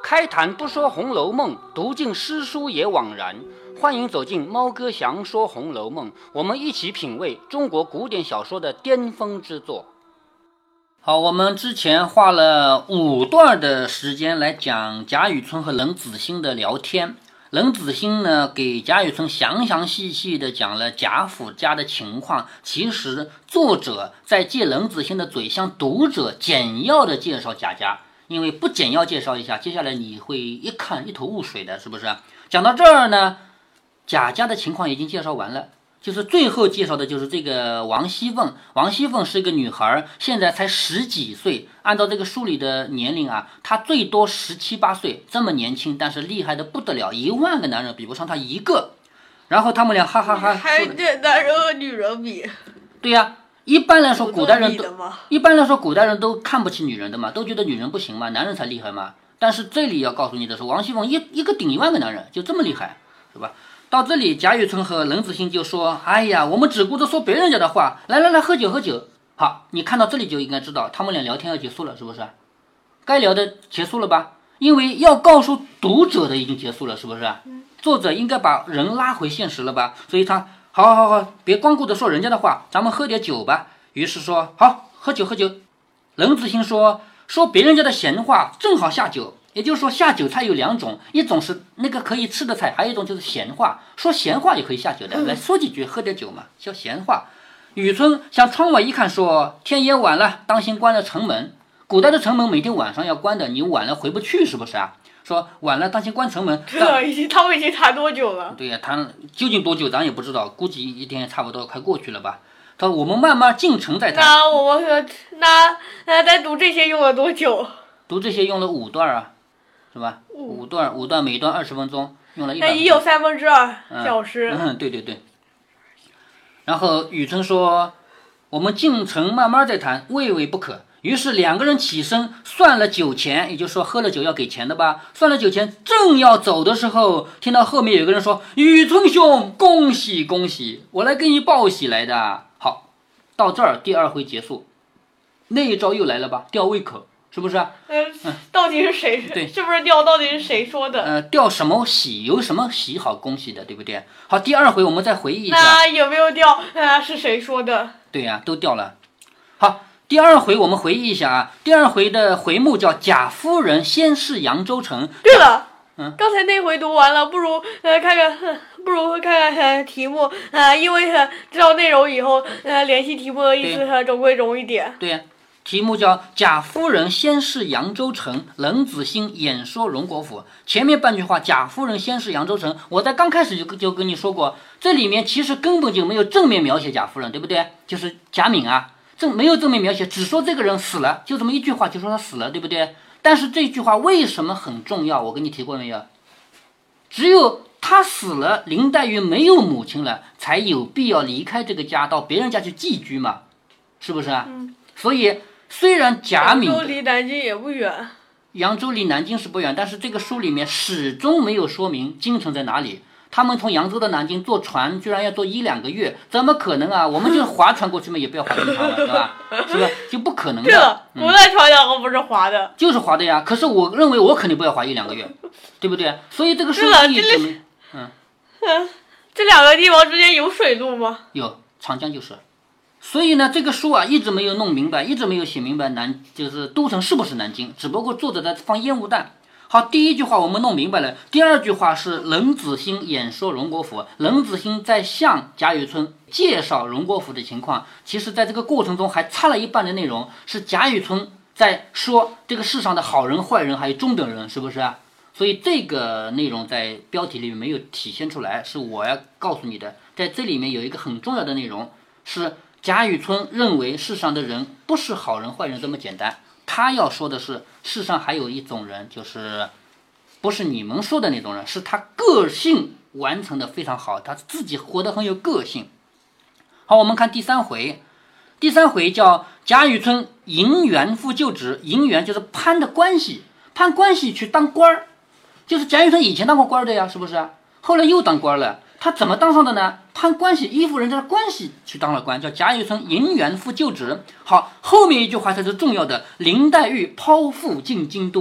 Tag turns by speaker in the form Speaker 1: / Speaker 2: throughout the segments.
Speaker 1: 开坛不说《红楼梦》，读尽诗书也枉然。欢迎走进猫哥祥说《红楼梦》，我们一起品味中国古典小说的巅峰之作。好，我们之前花了5段的时间来讲贾雨村和冷子兴的聊天。冷子兴呢，给贾雨村详细细的讲了贾府家的情况。其实作者在借冷子兴的嘴向读者简要的介绍贾家，因为不简要介绍一下，接下来你会一看一头雾水的，是不是？讲到这儿呢，贾家的情况已经介绍完了，就是最后介绍的就是这个王熙凤。王熙凤是一个女孩，现在才10几岁，按照这个书里的年龄啊，她最多17、18岁，这么年轻，但是厉害的不得了，1万个男人比不上她一个。然后他们俩哈哈哈，
Speaker 2: 还这男人和女人比？
Speaker 1: 对呀。一般来说，古代人都看不起女人的嘛，都觉得女人不行嘛，男人才厉害嘛。但是这里要告诉你的是，王熙凤一个顶1万个男人，就这么厉害，是吧？到这里，贾雨村和冷子兴就说：“哎呀，我们只顾着说别人家的话，来喝酒喝酒。”好，你看到这里就应该知道，他们俩聊天要结束了，是不是？该聊的结束了吧？因为要告诉读者的已经结束了，是不是？作者应该把人拉回现实了吧？所以他。好，别光顾着说人家的话，咱们喝点酒吧。于是说好，喝酒。冷子兴说别人家的闲话正好下酒，也就是说下酒菜有2种，一种是那个可以吃的菜，还有一种就是闲话，说闲话也可以下酒的，来说几句，喝点酒嘛，叫闲话。雨村向窗外一看，说天也晚了，当心关了城门。古代的城门每天晚上要关的，你晚了回不去，是不是啊？说晚了当心关城门。
Speaker 2: 他们已经谈多久了？
Speaker 1: 对呀，谈究竟多久咱也不知道，估计一天差不多快过去了吧。他说我们慢慢进城再谈。
Speaker 2: 那我们那在读这些用了多久？
Speaker 1: 读这些用了5段啊，是吧？5段，每段20分钟，用了100分钟。
Speaker 2: 那已有2/3小时。
Speaker 1: 对。然后雨村说我们进城慢慢再谈，未不可。于是2个人起身算了酒钱，也就是说喝了酒要给钱的吧。算了酒钱，正要走的时候，听到后面有个人说：“雨村兄，恭喜恭喜，我来给你报喜来的。”好，到这儿第2回结束，那一招又来了吧？吊胃口，是不是？
Speaker 2: 到底是谁？对，是不是吊？到底是谁说的？
Speaker 1: 吊什么喜？有什么喜好恭喜的，对不对？好，第2回我们再回忆一下。
Speaker 2: 那有没有吊？是谁说的？
Speaker 1: 对呀，都吊了。好。第2回我们回忆一下啊，第2回的回目叫贾夫人先试扬州城。
Speaker 2: 对了，刚才那回读完了，不如看看题目因为知道内容以后联系题目的意思总会容易点。
Speaker 1: 对呀，题目叫贾夫人先试扬州城，冷子兴演说荣国府。前面半句话贾夫人先试扬州城，我在刚开始就跟你说过，这里面其实根本就没有正面描写贾夫人，对不对？就是贾敏啊。没有正面描写，只说这个人死了，就这么一句话就说他死了，对不对？但是这句话为什么很重要？我跟你提过没有？只有他死了，林黛玉没有母亲了，才有必要离开这个家，到别人家去寄居嘛，是不是啊？所以虽然贾敏
Speaker 2: 扬州离南京也不远，
Speaker 1: 扬州离南京是不远，但是这个书里面始终没有说明京城在哪里。他们从扬州到南京坐船居然要坐1-2个月，怎么可能啊？我们就划船过去嘛，也不要划这么长了，是吧？是吧？就不可能的。
Speaker 2: 对了，古代船2个不是划的，
Speaker 1: 就是划的呀。可是我认为我肯定不要划1-2个月，对不对？所以这个书一直没，
Speaker 2: 这2个地方之间有水路吗？
Speaker 1: 有，长江就是。所以呢，这个书啊一直没有弄明白，一直没有写明白就是都城是不是南京，只不过作者在放烟雾弹。好，第1句话我们弄明白了，第2句话是冷子兴演说荣国府。冷子兴在向贾雨村介绍荣国府的情况，其实在这个过程中还差了一半的内容，是贾雨村在说这个世上的好人坏人还有中等人，是不是啊？所以这个内容在标题里面没有体现出来，是我要告诉你的。在这里面有一个很重要的内容，是贾雨村认为世上的人不是好人坏人这么简单，他要说的是世上还有一种人，就是不是你们说的那种人，是他个性完成的非常好，他自己活得很有个性。好，我们看第3回。第3回叫贾雨村迎元赴就职，迎元就是攀的关系，攀关系去当官儿，就是贾雨村以前当过官的呀，是不是？后来又当官了，他怎么当上的呢？攀关系，依附人家的关系去当了官，叫贾雨村迎元赴就职。好，后面一句话才是重要的，林黛玉抛腹进京都。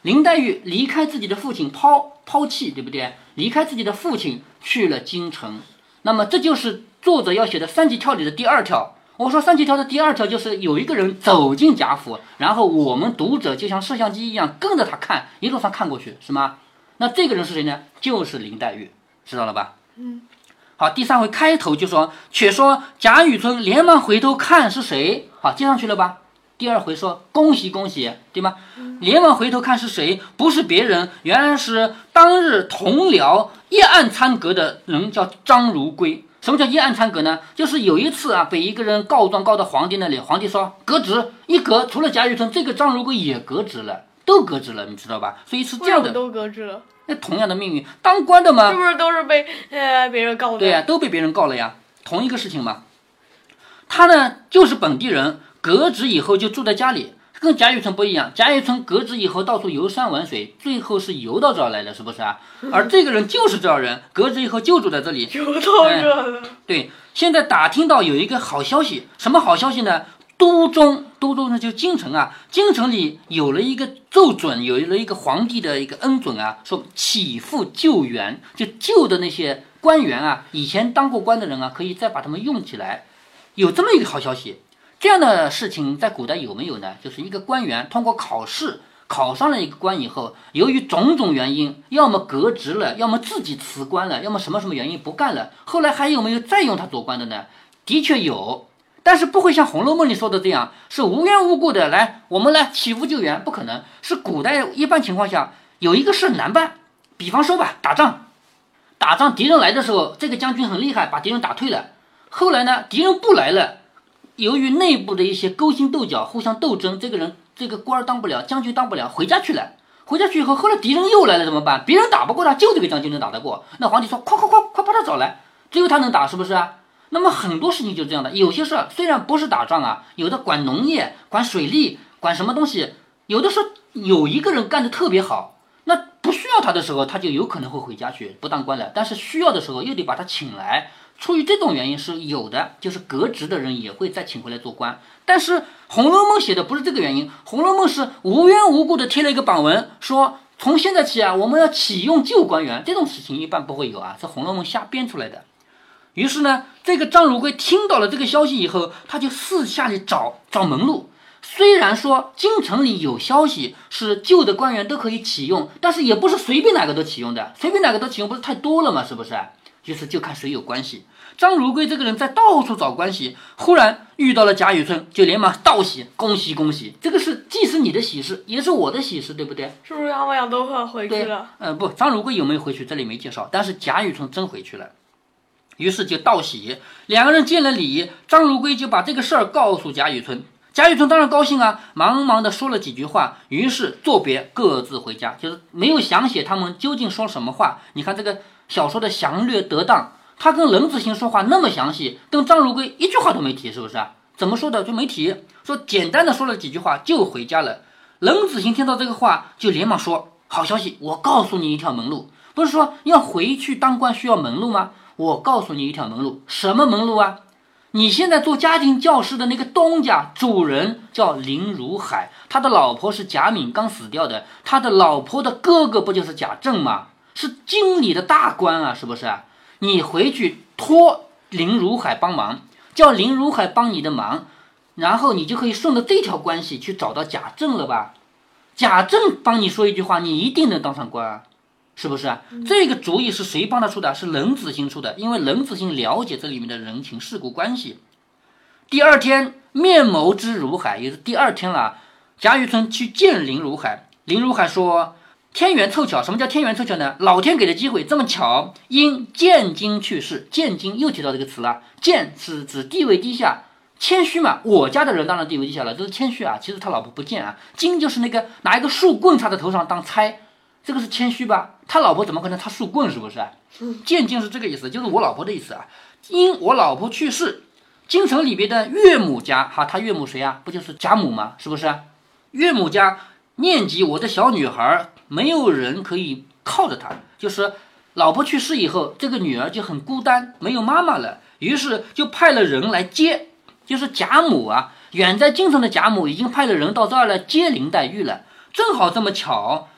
Speaker 1: 林黛玉离开自己的父亲抛弃，对不对？离开自己的父亲去了京城。那么这就是作者要写的三级跳里的第二跳。我说三级跳的第二条就是有一个人走进贾府，然后我们读者就像摄像机一样跟着他看，一路上看过去，是吗？那这个人是谁呢？就是林黛玉，知道了吧？好，第3回开头就说，且说贾雨村连忙回头看是谁，好，接上去了吧？第2回说恭喜恭喜，对吗？连忙回头看是谁，不是别人，原来是当日同僚夜暗参阁的人，叫张如圭。什么叫夜暗参阁呢？就是有一次啊，被一个人告状告到皇帝那里，皇帝说革职，一革，除了贾雨村，这个张如圭也革职了，都革职了，你知道吧？所以是这样的，
Speaker 2: 都革职了。
Speaker 1: 那同样的命运，当官的嘛，
Speaker 2: 是不是都是被别人告的？
Speaker 1: 对呀，都被别人告了呀，同一个事情嘛。他呢就是本地人，革职以后就住在家里。跟贾雨村不一样，贾雨村革职以后到处游山玩水，最后是游到这儿来的，是不是啊？而这个人就是这儿人，革职以后就住在这里，
Speaker 2: 游到这了。
Speaker 1: 对，现在打听到有一个好消息，什么好消息呢？都中呢就京城啊，京城里有了一个奏准，有了一个皇帝的一个恩准啊，说起复旧员，就旧的那些官员啊，以前当过官的人啊，可以再把他们用起来，有这么一个好消息。这样的事情在古代有没有呢？就是一个官员通过考试考上了一个官以后，由于种种原因，要么革职了，要么自己辞官了，要么什么原因不干了，后来还有没有再用他做官的呢？的确有，但是不会像《红楼梦》里说的这样，是无缘无故的来我们来起复旧员，不可能。是古代一般情况下有一个事难办，比方说吧，打仗敌人来的时候，这个将军很厉害，把敌人打退了，后来呢敌人不来了，由于内部的一些勾心斗角，互相斗争，这个人这个官当不了，将军当不了，回家去了。回家去以后，后来敌人又来了怎么办？别人打不过他，就这个将军能打得过。那皇帝说快把他找来，只有他能打，是不是啊？那么很多事情就是这样的，有些事虽然不是打仗啊，有的管农业、管水利、管什么东西，有的时候有一个人干得特别好，那不需要他的时候，他就有可能会回家去不当官了，但是需要的时候又得把他请来。出于这种原因是有的，就是革职的人也会再请回来做官。但是《红楼梦》写的不是这个原因，《红楼梦》是无缘无故的贴了一个榜文，说从现在起啊，我们要启用旧官员，这种事情一般不会有啊，是《红楼梦》瞎编出来的。于是呢，这个张如圭听到了这个消息以后，他就四下里找门路。虽然说京城里有消息是旧的官员都可以启用，但是也不是随便哪个都启用的，随便哪个都启用不是太多了吗？是不是？就看谁有关系。张如圭这个人在到处找关系，忽然遇到了贾雨村，就连忙道喜，恭喜恭喜，这个是既是你的喜事，也是我的喜事，对不对？
Speaker 2: 是不是他们俩都回去了？
Speaker 1: 不，张如圭有没有回去这里没介绍，但是贾雨村真回去了。于是就道喜，两个人见了礼，张如圭就把这个事儿告诉贾雨村。贾雨村当然高兴啊，忙忙的说了几句话，于是作别，各自回家，就是没有详写他们究竟说什么话。你看这个小说的详略得当，他跟冷子兴说话那么详细，跟张如圭一句话都没提，是不是啊？怎么说的就没提，说简单的说了几句话就回家了。冷子兴听到这个话就连忙说，好消息，我告诉你一条门路。不是说要回去当官需要门路吗？我告诉你一条门路。什么门路啊？你现在做家庭教师的那个东家主人叫林如海，他的老婆是贾敏，刚死掉的，他的老婆的哥哥不就是贾政吗？是京里的大官啊，是不是啊？你回去托林如海帮忙，叫林如海帮你的忙，然后你就可以顺着这条关系去找到贾政了吧？贾政帮你说一句话，你一定能当上官啊，是不是啊？这个主意是谁帮他出的？是冷子兴出的，因为冷子兴了解这里面的人情世故关系。第二天面谋之如海，也是第二天了，贾雨村去见林如海。林如海说，天缘凑巧。什么叫天缘凑巧呢？老天给的机会，这么巧，因见经去世。见经又提到这个词了，见是指地位低下，谦虚嘛，我家的人当然地位低下了，这是谦虚啊。其实他老婆不见啊，经就是那个拿一个树棍插在头上当差，这个是谦虚吧？他老婆怎么可能插树棍，是不是？见经是这个意思，就是我老婆的意思啊。因我老婆去世，京城里边的岳母家，他岳母谁啊？不就是贾母吗？是不是？岳母家念及我的小女孩，没有人可以靠着她，就是老婆去世以后，这个女儿就很孤单，没有妈妈了，于是就派了人来接，就是贾母啊，远在京城的贾母已经派了人到这儿来接林黛玉了。正好这么巧，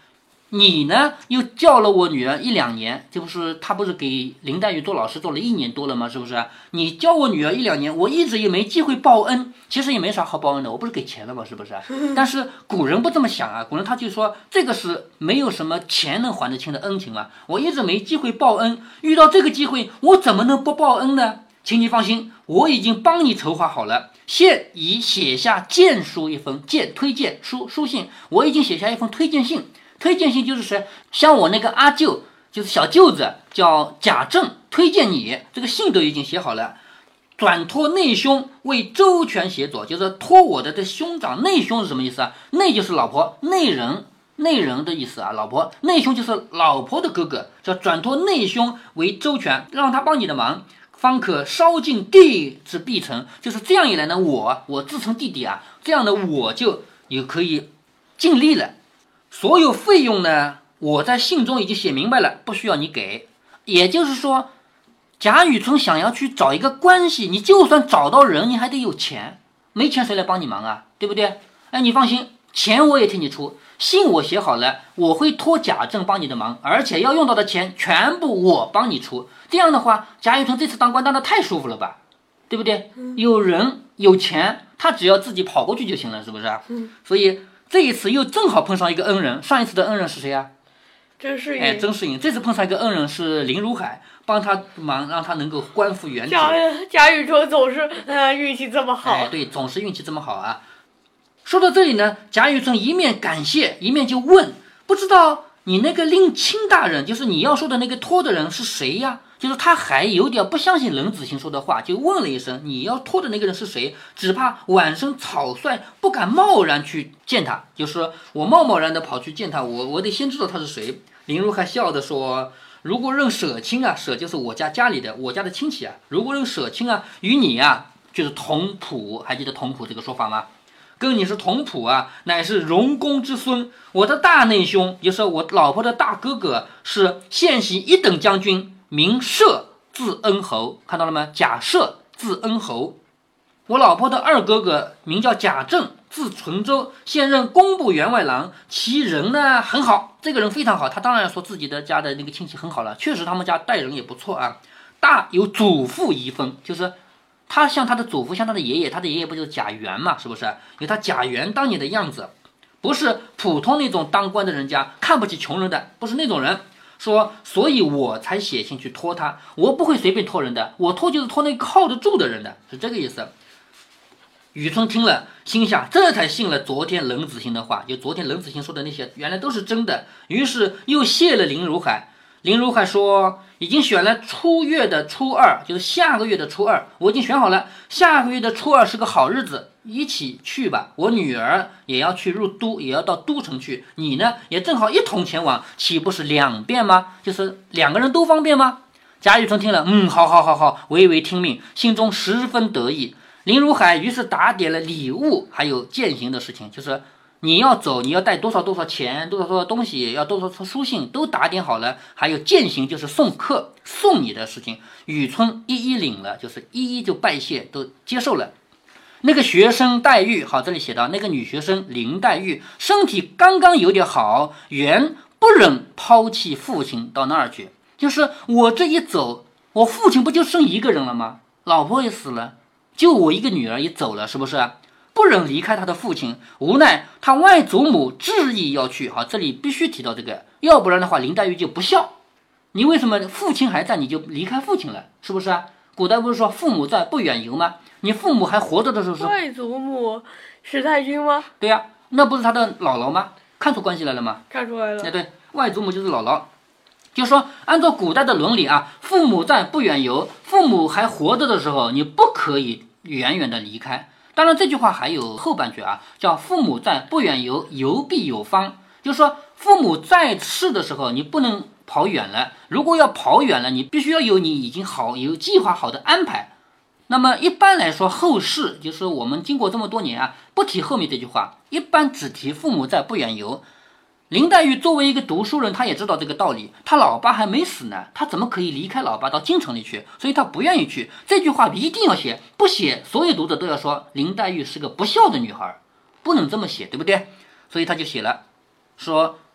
Speaker 1: 你呢又教了我女儿1-2年，这不是他不是给林黛玉做老师做了1年多了吗？是不是？你教我女儿1-2年，我一直也没机会报恩，其实也没啥好报恩的，我不是给钱了吗？是不是？但是古人不这么想啊，古人他就说这个是没有什么钱能还得清的恩情嘛，我一直没机会报恩，遇到这个机会，我怎么能不报恩呢？请你放心，我已经帮你筹划好了，现已写下荐书一封，推荐书信，我已经写下一封推荐信。推荐信就是谁？像我那个阿舅，就是小舅子，叫贾政，推荐你，这个信都已经写好了。转托内兄为周全协佐，就是托我的这兄长。内兄是什么意思啊？内就是老婆，内人的意思啊，老婆。内兄就是老婆的哥哥，叫转托内兄为周全，让他帮你的忙，方可稍尽弟之必成。就是这样一来呢，我自称弟弟啊，这样的我就也可以尽力了。所有费用呢，我在信中已经写明白了，不需要你给。也就是说，贾雨村想要去找一个关系，你就算找到人，你还得有钱，没钱谁来帮你忙啊？对不对？哎，你放心，钱我也替你出，信我写好了，我会托贾政帮你的忙，而且要用到的钱全部我帮你出。这样的话，贾雨村这次当官当得太舒服了吧？对不对？有人有钱，他只要自己跑过去就行了，是不是？所以这一次又正好碰上一个恩人，上一次的恩人是谁啊？
Speaker 2: 甄士隐。
Speaker 1: 哎，甄士隐。这次碰上一个恩人是林如海，帮他忙，让他能够官复原职。
Speaker 2: 贾雨村总是运气这么好。
Speaker 1: 哎，对，总是运气这么好啊。说到这里呢，贾雨村一面感谢，一面就问，不知道你那个令亲大人，就是你要说的那个托的人是谁呀？就是他还有点不相信冷子兴说的话，就问了一声，你要托的那个人是谁？只怕晚生草率，不敢贸然去见他，就是说我贸然的跑去见他，我得先知道他是谁。林如海笑着说，如果认舍亲啊，舍就是我家里的，我家的亲戚啊，如果认舍亲啊，与你啊就是同谱，还记得同谱这个说法吗？跟你是同谱啊，乃是荣公之孙。我的大内兄，就是我老婆的大哥哥，是县系1等将军，名赦，字恩侯。看到了吗？贾赦，字恩侯。我老婆的二哥哥名叫贾政，字纯州，现任工部员外郎。其人呢很好，这个人非常好。他当然说自己的家的那个亲戚很好了，确实他们家待人也不错啊。大有祖父遗风，就是他像他的祖父，像他的爷爷，他的爷爷不就是贾元嘛？是不是？有他贾元当年的样子，不是普通那种当官的人家看不起穷人的，不是那种人。说，所以我才写信去托他，我不会随便托人的，我托就是托那个靠得住的人的，是这个意思。雨村听了，心想这才信了昨天冷子兴的话，就昨天冷子兴说的那些原来都是真的，于是又谢了林如海。林如海说，已经选了初月的初2，就是下个月的初2，我已经选好了，下个月的初2是个好日子，一起去吧。我女儿也要去入都，也要到都城去，你呢也正好一同前往，岂不是2便吗？就是2个人都方便吗？贾雨村听了，好，微微听命，心中十分得意。林如海于是打点了礼物还有饯行的事情，就是你要走，你要带多少钱，多少东西，要多少书信都打点好了，还有饯行就是送客送你的事情，雨村一一领了，就是一就拜谢都接受了。那个学生黛玉，好，这里写到那个女学生林黛玉身体刚刚有点好，原不忍抛弃父亲到那儿去，就是我这一走，我父亲不就剩一个人了吗？老婆也死了，就我一个女儿也走了，是不是？不忍离开他的父亲，无奈他外祖母执意要去。好，这里必须提到这个，要不然的话林黛玉就不孝。你为什么父亲还在你就离开父亲了？是不是啊？古代不是说父母在不远游吗？你父母还活着的时候是
Speaker 2: 外祖母史太君吗？
Speaker 1: 对呀，那不是他的姥姥吗？看出关系来了吗？
Speaker 2: 看出来了。
Speaker 1: 对，外祖母就是姥姥。就说按照古代的伦理啊，父母在不远游，父母还活着的时候，你不可以远远的离开。当然这句话还有后半句啊，叫父母在不远游，游必有方。就是说父母在世的时候，你不能跑远了，如果要跑远了，你必须要有你已经有计划好的安排。那么一般来说，后世就是我们经过这么多年啊，不提后面这句话，一般只提父母在不远游。林黛玉作为一个读书人，她也知道这个道理，她老爸还没死呢，她怎么可以离开老爸到京城里去？所以她不愿意去。这句话一定要写，不写所有读者都要说林黛玉是个不孝的女孩，不能这么写，对不对？所以她就写了，说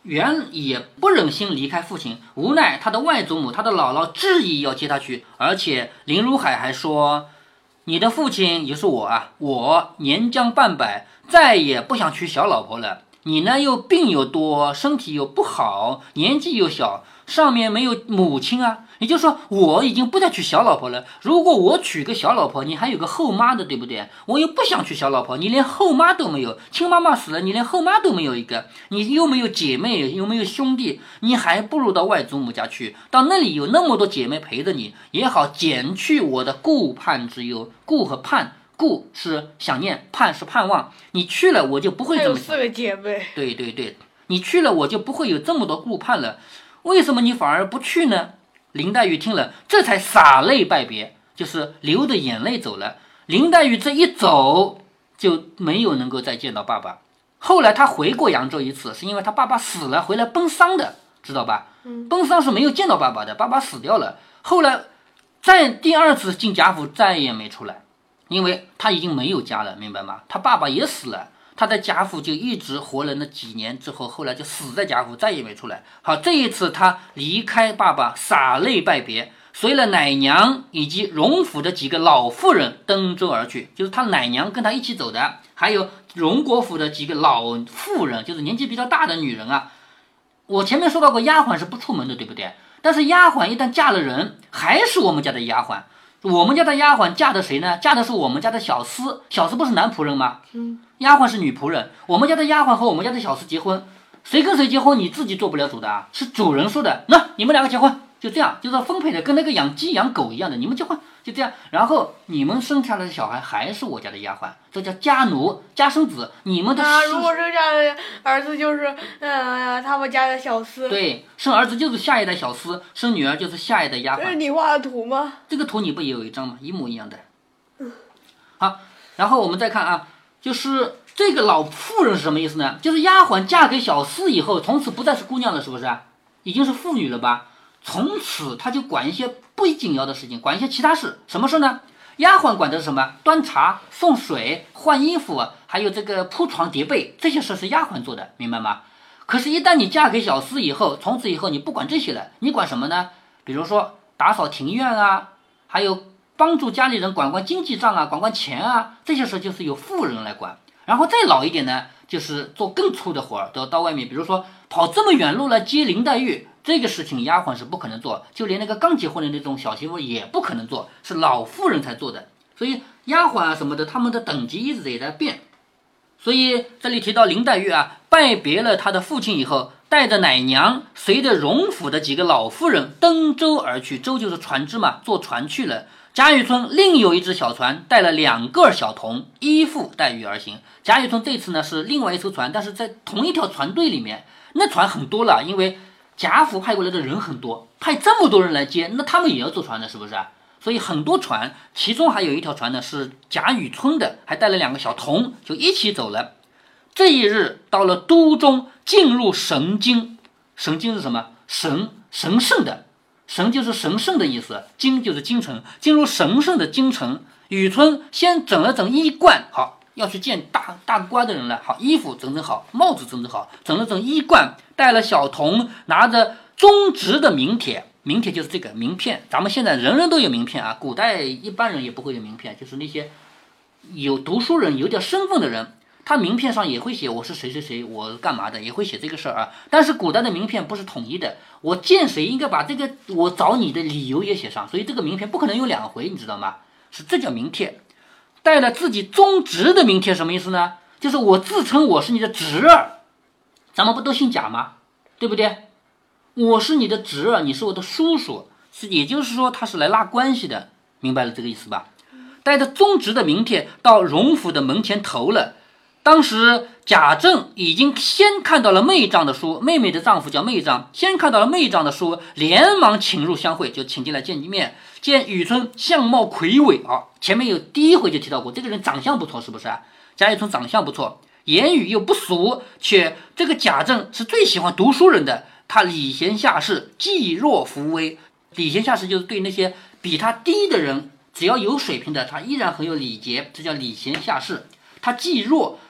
Speaker 1: 原也不忍心离开父亲，无奈他的外祖母、他的姥姥执意要接他去，而且林如海还说：“你的父亲也是我啊，我年将半百，再也不想娶小老婆了。你呢又病又多，身体又不好，年纪又小，上面没有母亲啊。也就是说，我已经不再娶小老婆了。如果我娶个小老婆，你还有个后妈的，对不对？我又不想娶小老婆，你连后妈都没有，亲妈妈死了，你连后妈都没有一个，你又没有姐妹，又没有兄弟，你还不如到外祖母家去，到那里有那么多姐妹陪着你，也好减去我的顾盼之忧。顾和盼。”顾是想念，盼是盼望。你去了，我就不会这么想。
Speaker 2: 还有4个姐妹。
Speaker 1: 对对对，你去了，我就不会有这么多顾盼了。为什么你反而不去呢？林黛玉听了，这才洒泪拜别，就是流着眼泪走了。林黛玉这一走，就没有能够再见到爸爸。后来她回过扬州一次，是因为她爸爸死了，回来奔丧的，知道吧？奔丧是没有见到爸爸的，爸爸死掉了。后来再第2次进贾府，再也没出来。因为他已经没有家了，明白吗？他爸爸也死了，他在贾府就一直活了那几年之后，后来就死在贾府，再也没出来。好，这一次他离开爸爸，洒泪拜别，随了奶娘以及荣府的几个老妇人登舟而去，就是他奶娘跟他一起走的，还有荣国府的几个老妇人，就是年纪比较大的女人啊。我前面说到过，丫鬟是不出门的，对不对？但是丫鬟一旦嫁了人，还是我们家的丫鬟。我们家的丫鬟嫁的谁呢？嫁的是我们家的小厮，小厮不是男仆人吗？丫鬟是女仆人。我们家的丫鬟和我们家的小厮结婚，谁跟谁结婚你自己做不了主的啊，是主人说的。那你们2个结婚，就这样，就是分配的，跟那个养鸡养狗一样的，你们结婚就这样。然后你们生下来的小孩还是我家的丫鬟，这叫家奴家生子。你们的
Speaker 2: 如果生下的儿子就是他们家的小厮。
Speaker 1: 对，生儿子就是下一代小厮，生女儿就是下一代丫鬟。
Speaker 2: 这是你画的图吗？
Speaker 1: 这个图你不也有一张吗？一模一样的。好，然后我们再看啊，就是这个老妇人是什么意思呢？就是丫鬟嫁给小厮以后，从此不再是姑娘了，是不是？已经是妇女了吧？从此她就管一些不紧要的事情，管一些其他事。什么事呢？丫鬟管的是什么？端茶、送水、换衣服，还有这个铺床叠被，这些事是丫鬟做的，明白吗？可是，一旦你嫁给小厮以后，从此以后你不管这些了，你管什么呢？比如说打扫庭院啊，还有帮助家里人管管经济账啊，管管钱啊，这些事就是由妇人来管。然后再老一点呢，就是做更粗的活儿，都要到外面，比如说跑这么远路来接林黛玉，这个事情丫鬟是不可能做，就连那个刚结婚的那种小媳妇也不可能做，是老妇人才做的。所以丫鬟啊什么的，他们的等级一直也在变。所以这里提到林黛玉啊，拜别了她的父亲以后，带着奶娘，随着荣府的几个老妇人登舟而去，舟就是船只嘛，坐船去了。贾雨村另有一只小船，带了2个小童，依附黛玉而行。贾雨村这次呢是另外一艘船，但是在同一条船队里面，那船很多了，因为贾府派过来的人很多，派这么多人来接，那他们也要坐船的，是不是？所以很多船，其中还有一条船呢是贾雨村的，还带了2个小童，就一起走了。这一日到了都中，进入神京。神京是什么？神圣的，神就是神圣的意思，京就是京城。进入神圣的京城，雨村先整了整衣冠，好，要去见大官的人了。好，衣服整整好，帽子整整好，整了整衣冠，带了小童，拿着宗直的名帖。名帖就是这个名片，咱们现在人人都有名片啊，古代一般人也不会有名片，就是那些有读书人、有点身份的人，他名片上也会写我是谁谁谁，我干嘛的，也会写这个事儿啊。但是古代的名片不是统一的，我见谁应该把这个我找你的理由也写上，所以这个名片不可能有2回，你知道吗？这叫名帖。带了自己宗直的名帖什么意思呢？就是我自称我是你的侄儿，咱们不都姓贾吗？对不对？我是你的侄儿，你是我的叔叔，也就是说他是来拉关系的，明白了这个意思吧？带着宗直的名帖到荣府的门前投了。当时贾政已经先看到了妹丈的书，妹妹的丈夫叫妹丈，先看到了妹丈的书，连忙请入相会，就请进来见一面。见雨村相貌魁伟啊，前面有第1回就提到过，这个人长相不错，是不是啊？贾雨村长相不错，言语又不俗，且这个贾政是最喜欢读书人的，他礼贤下士，济弱扶危。礼贤下士就是对那些比他低的人，只要有水平的，他依然很有礼节，这叫礼贤下士。他济弱，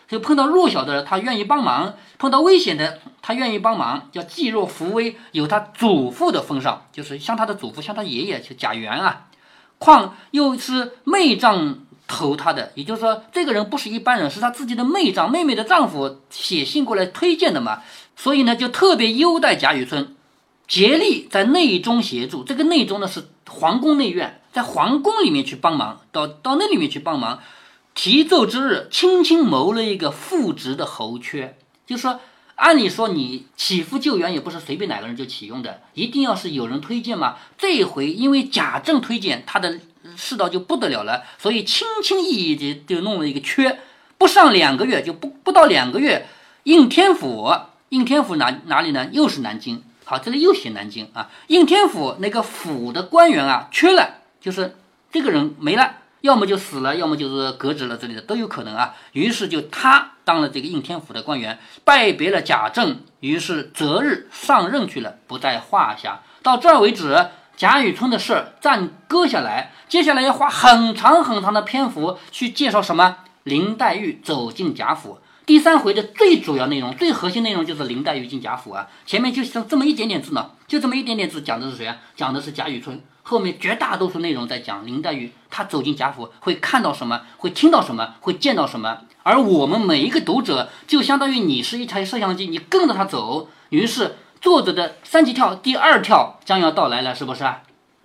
Speaker 1: 就碰到弱小的他愿意帮忙，碰到危险的他愿意帮忙，叫济弱扶危，有他祖父的风尚，就是像他的祖父，像他爷爷就贾元啊。况又是妹丈投他的，也就是说这个人不是一般人，是他自己的妹丈，妹妹的丈夫写信过来推荐的嘛，所以呢就特别优待贾雨村，竭力在内中协助。这个内中呢是皇宫内院，在皇宫里面去帮忙，到那里面去帮忙。提奏之日，轻轻谋了一个副职的侯缺，就是说按理说你起复救援也不是随便哪个人就启用的，一定要是有人推荐嘛。这一回因为贾政推荐，他的世道就不得了了，所以轻轻易易就弄了一个缺，不上2个月，就不到2个月，应天府哪里呢？又是南京。好，这里又写南京啊。应天府那个府的官员啊缺了，就是这个人没了，要么就死了，要么就是革职了之类的都有可能啊。于是就他当了这个应天府的官员，拜别了贾政，于是择日上任去了，不在话下。到这儿为止，贾雨村的事儿暂搁下来，接下来要花很长很长的篇幅去介绍什么林黛玉走进贾府。第3回的最主要内容，最核心内容就是林黛玉进贾府啊。前面就这么一点点字呢，就这么一点点字，讲的是谁啊？讲的是贾雨村。后面绝大多数内容在讲林黛玉，她走进贾府会看到什么，会听到什么，会见到什么。而我们每一个读者，就相当于你是一台摄像机，你跟着她走。于是作者的3级跳第2跳将要到来了，是不是啊？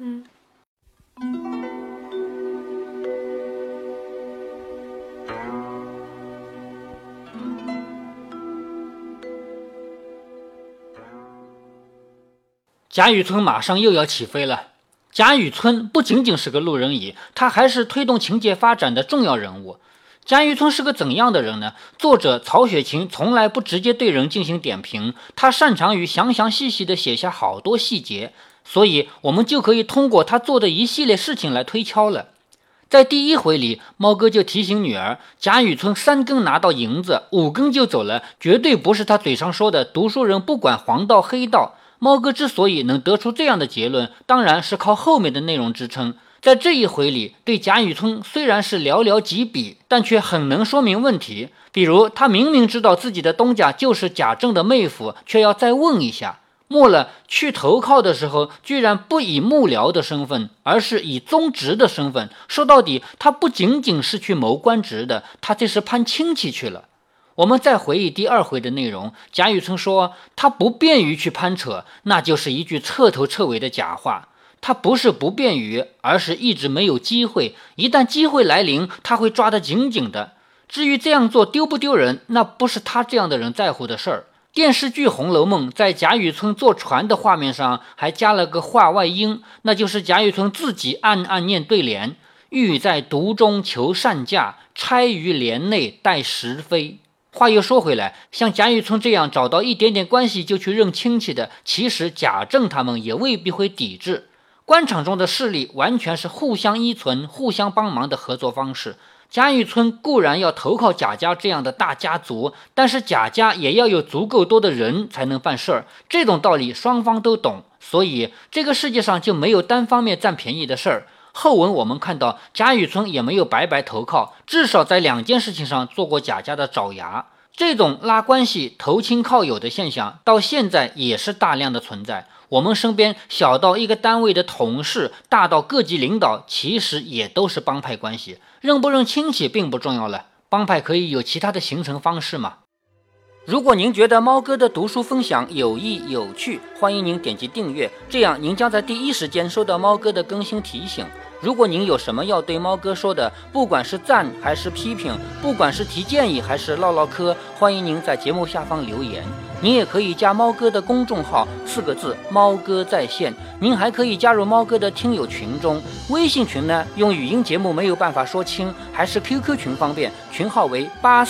Speaker 1: 贾雨村马上又要起飞了。贾雨村不仅仅是个路人乙，他还是推动情节发展的重要人物。贾雨村是个怎样的人呢？作者曹雪芹从来不直接对人进行点评，他擅长于详详细细地写下好多细节，所以我们就可以通过他做的一系列事情来推敲了。在第1回里，猫哥就提醒女儿，贾雨村3更拿到银子，5更就走了，绝对不是他嘴上说的读书人不管黄道黑道。猫哥之所以能得出这样的结论，当然是靠后面的内容支撑。在这一回里，对贾雨村虽然是寥寥几笔，但却很能说明问题。比如他明明知道自己的东家就是贾政的妹夫，却要再问一下。末了去投靠的时候，居然不以幕僚的身份，而是以宗职的身份。说到底，他不仅仅是去谋官职的，他这是攀亲戚去了。我们再回忆第2回的内容，贾雨村说他不便于去攀扯，那就是一句彻头彻尾的假话。他不是不便于，而是一直没有机会，一旦机会来临，他会抓得紧紧的。至于这样做丢不丢人，那不是他这样的人在乎的事儿。电视剧《红楼梦》在贾雨村坐船的画面上还加了个话外音，那就是贾雨村自己暗暗念对联：欲在独中求善价，钗于帘内待时飞。话又说回来，像贾雨村这样找到一点点关系就去认亲戚的，其实贾政他们也未必会抵制。官场中的势力完全是互相依存、互相帮忙的合作方式。贾雨村固然要投靠贾家这样的大家族，但是贾家也要有足够多的人才能办事儿，这种道理双方都懂，所以这个世界上就没有单方面占便宜的事儿。后文我们看到贾雨村也没有白白投靠，至少在2件事情上做过贾家的爪牙。这种拉关系、投亲靠友的现象到现在也是大量的存在。我们身边小到一个单位的同事，大到各级领导，其实也都是帮派关系。认不认亲戚并不重要了，帮派可以有其他的形成方式嘛。如果您觉得猫哥的读书分享有益有趣，欢迎您点击订阅，这样您将在第一时间收到猫哥的更新提醒。如果您有什么要对猫哥说的，不管是赞还是批评，不管是提建议还是唠唠嗑，欢迎您在节目下方留言。您也可以加猫哥的公众号，4个字，猫哥在线。您还可以加入猫哥的听友群中，微信群呢用语音节目没有办法说清，还是 QQ 群方便，群号为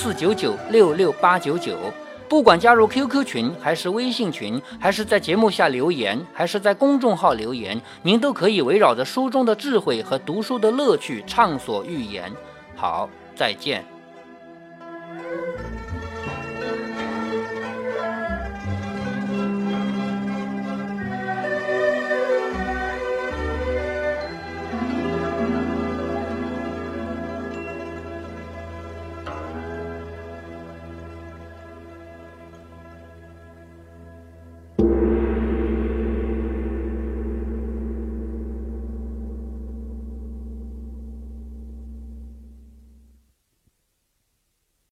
Speaker 1: 8499668899。不管加入 QQ 群还是微信群，还是在节目下留言，还是在公众号留言，您都可以围绕着书中的智慧和读书的乐趣畅所欲言。好，再见。